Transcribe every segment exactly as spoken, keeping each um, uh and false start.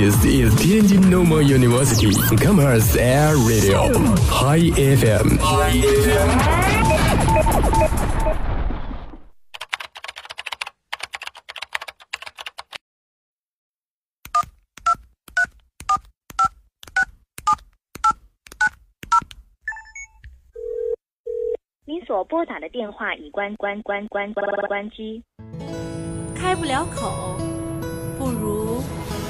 This is Tianjin Normal University Commerce Air Radio High F M。 您所拨打的电话已关关关关关关关机， 开不了口，不如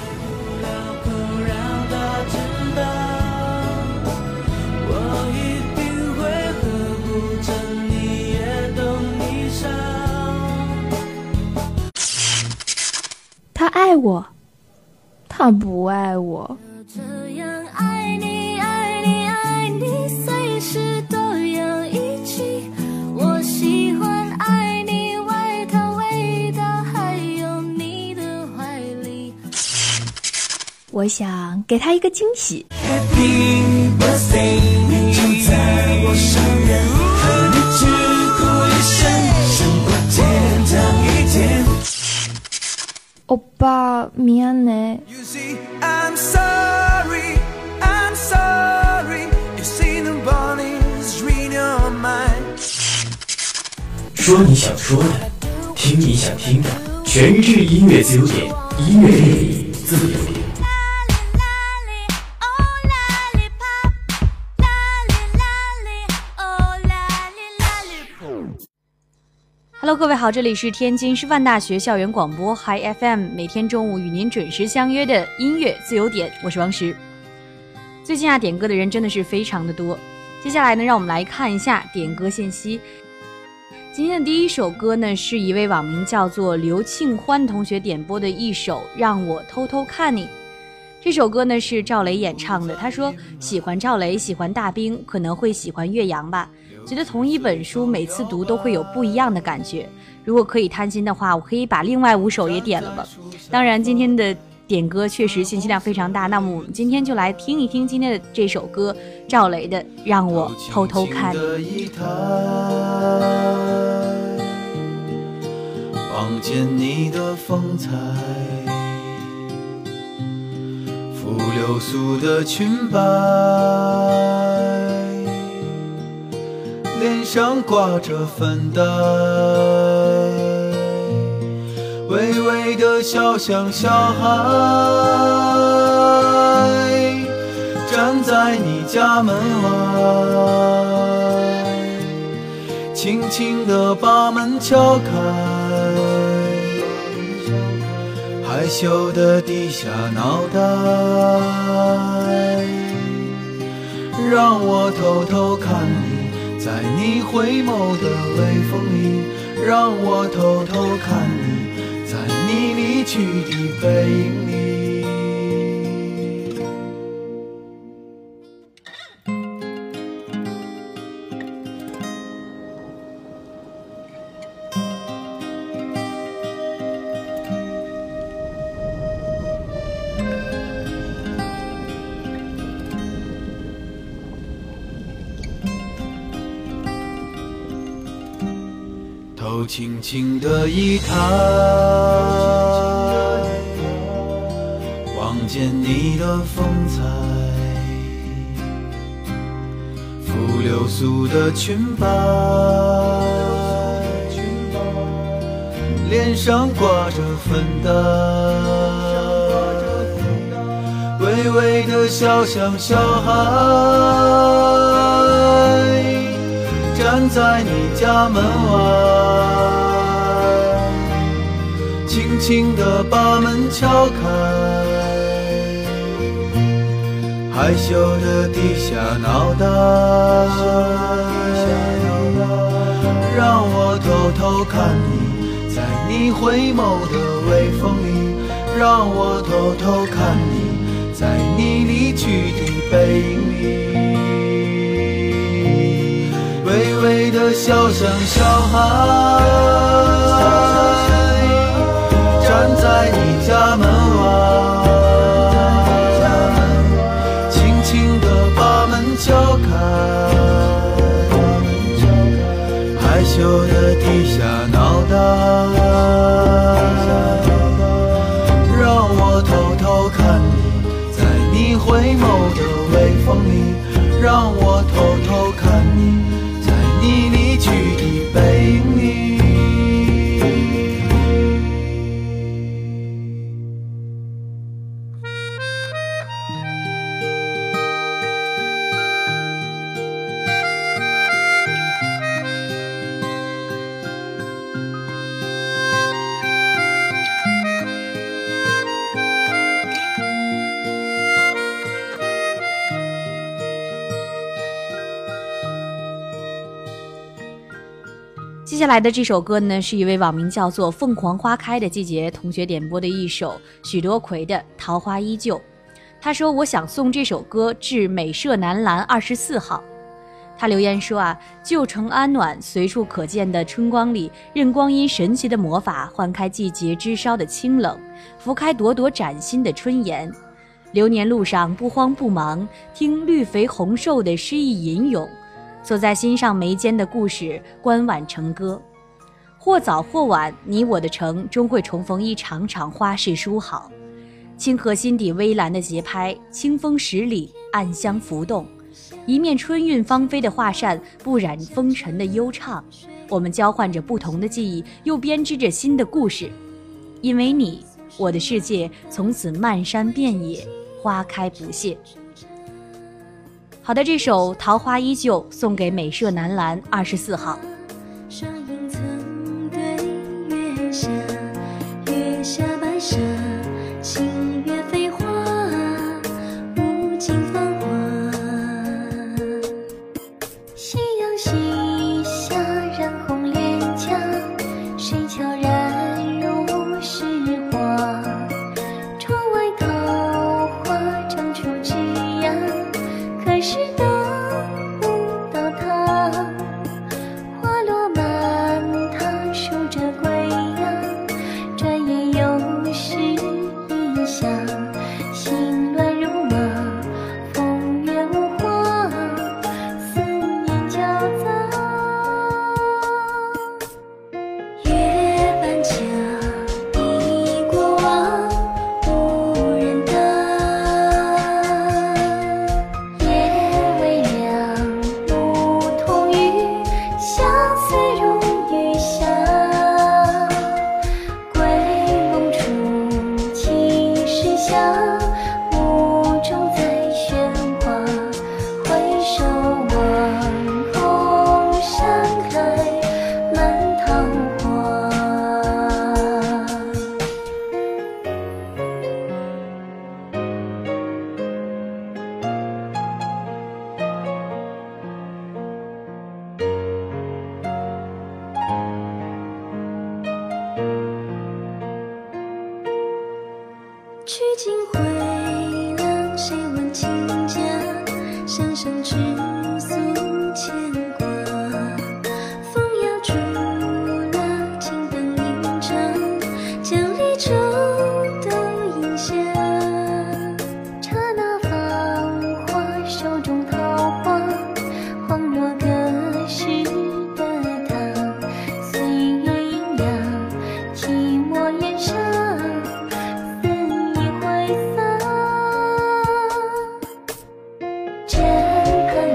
我一定会呵护着你，也懂你伤。 他爱我，他不爱我。 这样爱你爱你爱你，随时都要一起。我喜欢爱你外套味道，还有你的怀里。 我想给他一个惊喜。 Happy birthday， 你就在我身边，和你只顾一生，胜过天长一天。 欧巴，미안해。 You see, I'm sorry, I'm sorry. You see the bodies read your mind. 说你想说的，听你想听的，全日制音乐自由点，音乐电影自由点。 Hello， 各位好，这里是天津师范大学校园广播 High F M， 每天中午与您准时相约的音乐自由点，我是王石。最近啊，点歌的人真的是非常的多。接下来呢，让我们来看一下点歌信息。今天的第一首歌呢，是一位网名叫做刘庆欢同学点播的一首《让我偷偷看你》。这首歌呢是赵雷演唱的，他说喜欢赵雷，喜欢大兵，可能会喜欢岳阳吧。觉得同一本书每次读都会有不一样的感觉，如果可以贪心的话，我可以把另外五首也点了吧。当然今天的点歌确实信息量非常大，那么我们今天就来听一听今天的这首歌，赵雷的《让我偷偷看》。 望见你的风采，拂流苏的裙摆，脸上挂着粉黛，微微的笑像小孩，站在你家门外，轻轻地把门敲开，害羞地低下脑袋，让我偷偷看你，在你回眸的微风里，让我偷偷看你，在你离去的背影里。头轻轻的一抬，望见你的风采，拂流苏的裙摆，脸上挂着粉黛，微微的笑像小孩，站在你家门外，轻轻地把门敲开，害羞地低下脑袋，让我偷偷看你，在你回眸的微风里，让我偷偷看你，在你离去的背影里，微微的笑像小孩，站在你家门外，轻轻地把门敲开，害羞地低下脑袋，让我偷偷看你， 回眸的微风里，让我偷偷看你，在你离去的背影里。 接下来的这首歌呢，是一位网名叫做凤凰花开的季节同学点播的一首许多葵的《桃花依旧》。他说我想送这首歌致美舍南栏二十四号。他留言说啊，旧城安暖，随处可见的春光里，任光阴神奇的魔法唤开季节枝梢的清冷，拂开朵朵崭新的春颜。流年路上不慌不忙，听绿肥红瘦的诗意吟咏，锁在心上眉间的故事，观晚成歌。或早或晚，你我的城终会重逢一场场花事书好。清河心底微澜的节拍，清风十里，暗香浮动。一面春韵芳菲的画扇，不染风尘的悠畅。我们交换着不同的记忆，又编织着新的故事。因为你，我的世界从此漫山遍野，花开不谢。好的，这首《桃花依旧》送给美舍南栏二十四号。 双影曾对月下，月下白沙，星月飞花，无尽繁华。夕阳西下，染红脸颊，水悄然如诗画。窗外桃花长出枝桠，可是等不到他，花落满堂，数着归阳，转眼又是一夏，心乱如麻，风月无花，思念交杂。月半桥，忆过往，无人答。夜微凉，梧桐雨，相思如雨下。归梦处，几时下？雾中在喧哗。回首望空山开满桃花。曲尽回廊，谁问亲家？声声知诉牵挂。风摇出了青灯映照，江离舟都映下。刹那芳华，手中桃花，恍若隔世的他。岁月阴阳，寂寞烟沙。这恨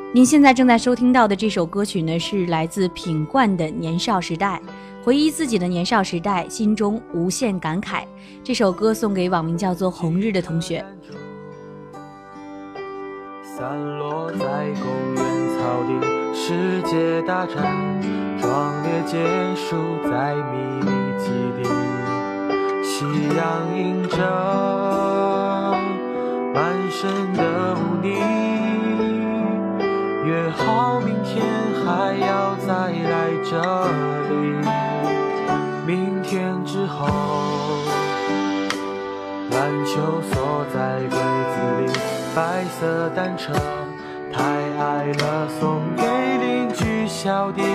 您现在正在收听到的这首歌曲呢，是来自品冠的《年少时代》，回忆自己的年少时代，心中无限感慨。这首歌送给网名叫做红日的同学。 散落在公园草地，世界大战壮烈结束在秘密基地，夕阳映着满身的污泥，约好明天还要再来这里。明天之后，篮球锁在柜子里，白色单车太矮了，送给邻居小弟。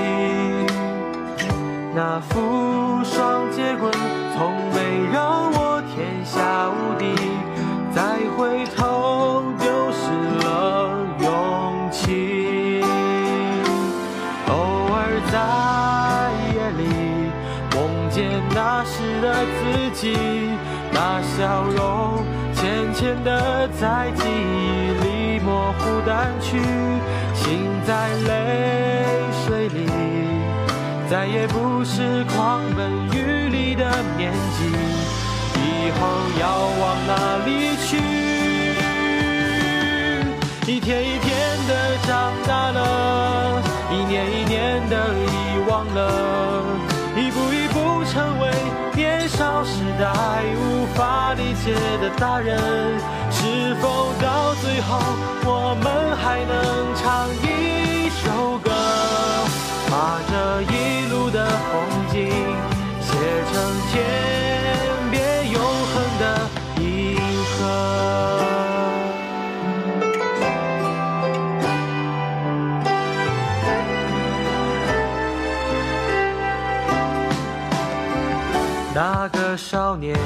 那副双截棍从没让我天下无敌，再回头丢失了勇气。偶尔在夜里梦见那时的自己，那笑容浅浅的在记忆里模糊淡去，心在泪水里，再也不是狂奔雨里的年纪，以后要往哪里去？一天一天的长大了，一年一年的遗忘了，一步一步成为年少时代无法理解的大人。是否到最后我们还能唱一首歌，把这一路的风景写成天边永恒的银河。那个少年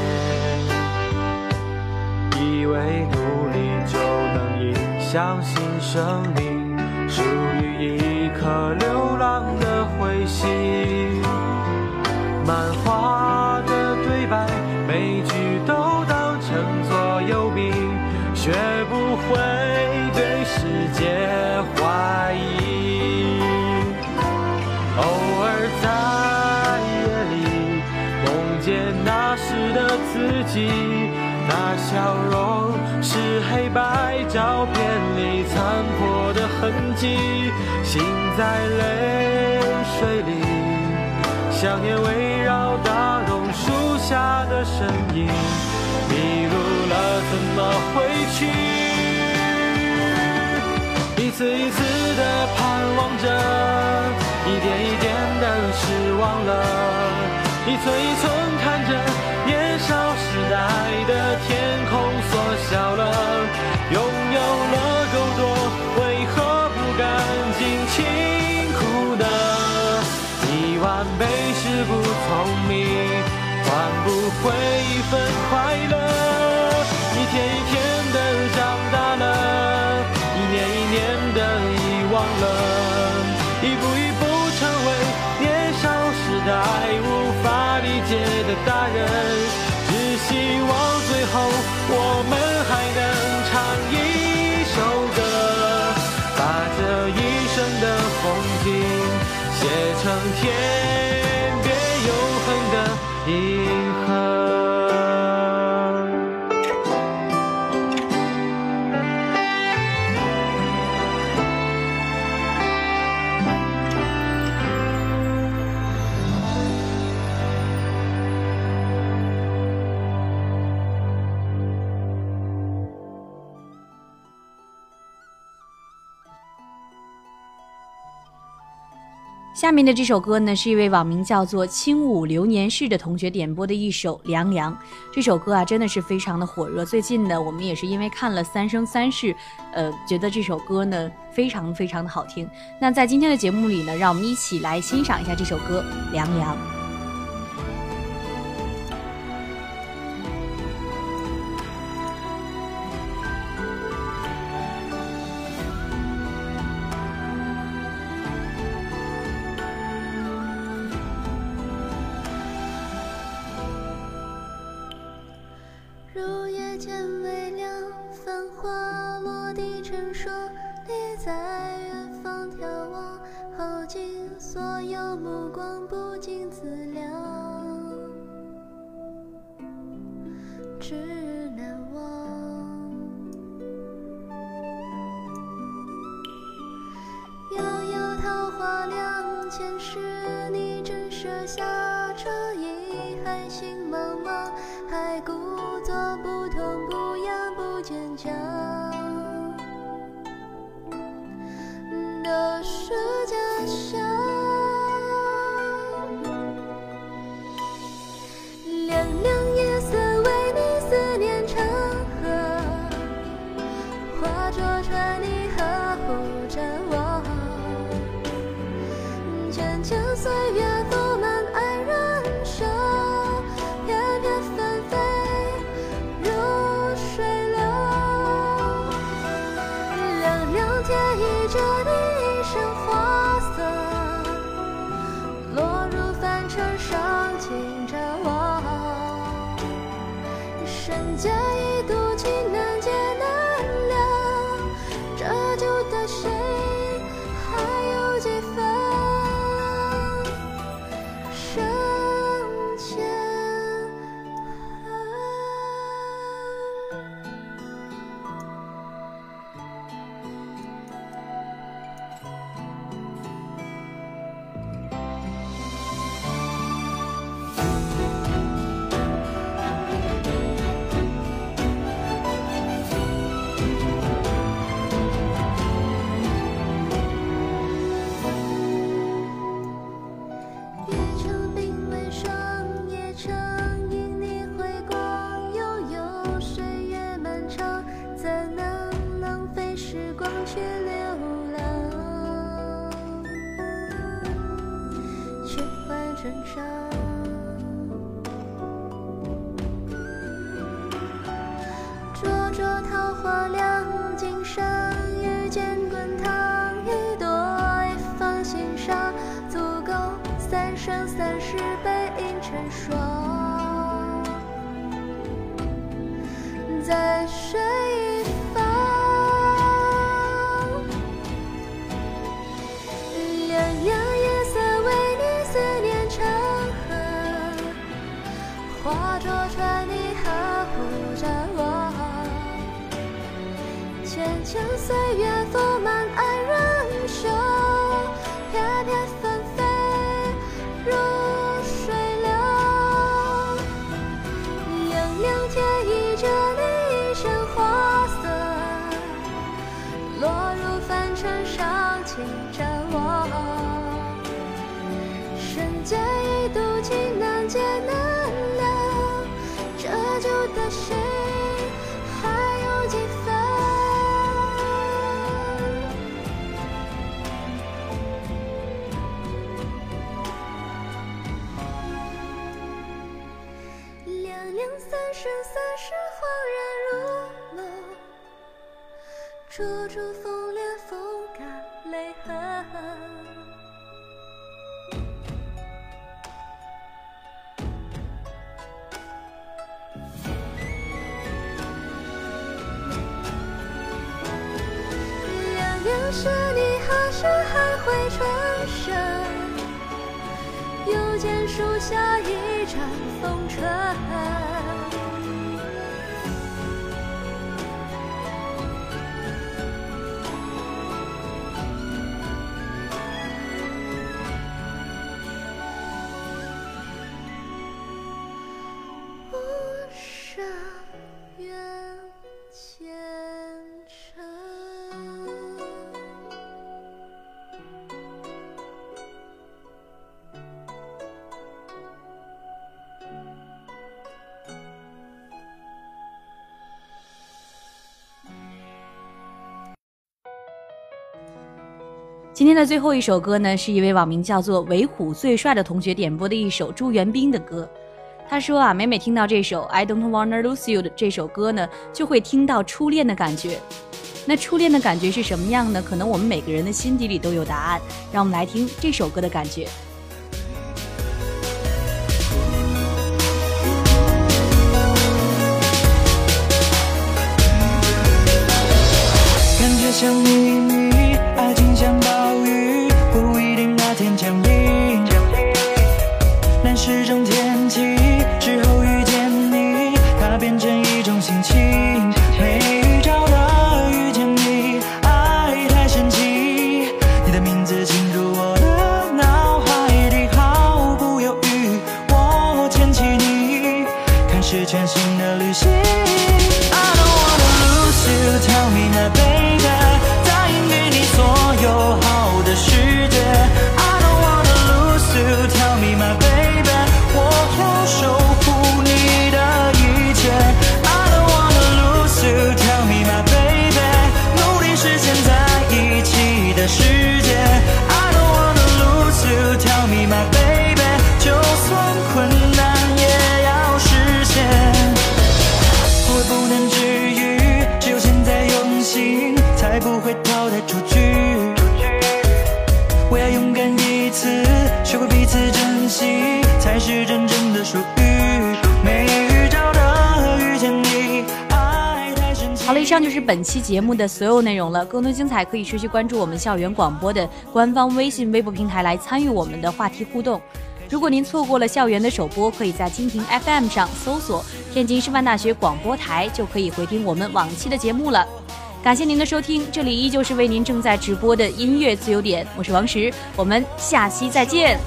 以为努力就能赢，相信生命属于一颗流浪的彗星，漫画的对白每句都当成座右铭，学不会对世界怀疑。偶尔在夜里梦见那时的自己，那笑容是黑白照片里残破的痕迹，心在泪水里，想念围绕大榕树下的身影，迷路了怎么回去？一次一次的盼望着，一点一点的失望了，一寸一寸看着年少时代的天空缩小了，拥有了够多，为何不赶紧清苦呢？一万倍是不聪明，换不回一份快乐。一天一天的长大了，一年一年的遗忘了，一步一步成为年少时代无法理解的大人。只希望最后我们还能唱一首歌，把这一生的风景写成天边永恒的银河。 下面的这首歌呢，是一位网名叫做轻舞流年式的同学点播的一首《凉凉》。这首歌啊，真的是非常的火热。最近呢，我们也是因为看了《三生三世》，呃，觉得这首歌呢非常非常的好听。那在今天的节目里呢，让我们一起来欣赏一下这首歌《凉凉》。 入夜间微凉，繁花落地成霜，跌在远化作春你呵护着我，渐渐岁月覆满爱人手，片片纷飞如水流，凉凉天意着你一身花色，落入凡尘伤尽着我，身间一度情难解难了，这就的谁还有几分深浅恨。也曾并未双，也曾因你回光悠悠，岁月漫长，怎能浪费时光去流浪，去换成伤。灼灼桃花凉，今生遇见滚烫一朵，一放心上，足够三生三世背影成双。在水一方，凉凉夜色为你思念成河，化作船你呵护着我，渐渐岁月覆满爱人手，片片纷飞如水流，凉凉天意着你一身花色，落入凡尘伤尽着我，身间一度情难解难了，这就的谁还有几分凉凉三生三世恍然如梦，处处风莲风干泪痕，凉凉是你何时还会转身，又见树下一盏风尘，无声缘前尘。 今天的最后一首歌呢，是一位网名叫做为虎最帅的同学点播的一首朱元斌的歌。他说啊，每每听到这首 I Don't Wanna Lose You 的这首歌呢，就会听到初恋的感觉。那初恋的感觉是什么样呢？可能我们每个人的心底里都有答案。让我们来听这首歌的感觉。 感觉像秘密，爱情像暴雨，不一定那天降临，但是种天气之后遇见你，它变成一种心情，没预兆的遇见你，爱太神奇，你的名字进入我的脑海里，毫不犹豫我牵起你，开始全新的旅行。 I don't wanna lose you, tell me now baby， 答应给你所有好的世界。 I don't wanna lose you, tell me my baby， 我要守护你的一切。 I don't wanna lose you, tell me my baby， 努是真正的属于，没预兆的遇见你，爱太神奇。 好了，以上就是本期节目的所有内容了。更多精彩可以持续关注我们校园广播的官方微信、微博平台来参与我们的话题互动。如果您错过了校园的首播，可以在蜻蜓 F M 上搜索天津师范大学广播台，就可以回听我们往期的节目了。感谢您的收听，这里依旧是为您正在直播的音乐自由点，我是王石，我们下期再见。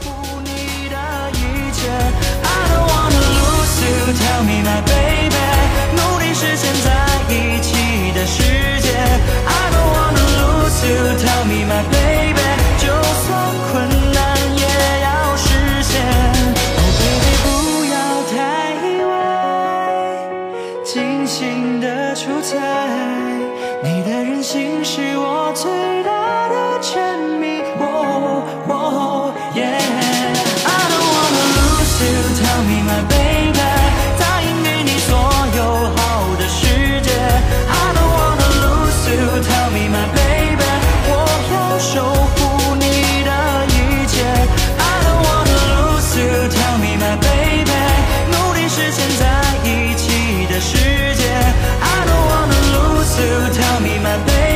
Tell me my baby， 努力实现在一起的世界。I don't wanna lose you。Tell me my baby， 就算困难也要实现。Oh baby， 不要太以为精心的出彩，你的任性是我最大的沉迷。Oh oh yeah。I don't wanna lose you。Tell me my baby。Tell me my baby， 我要守护你的一切。I don't wanna lose you。 Tell me my baby， 努力实现在一起的世界。I don't wanna lose you。 Tell me my baby。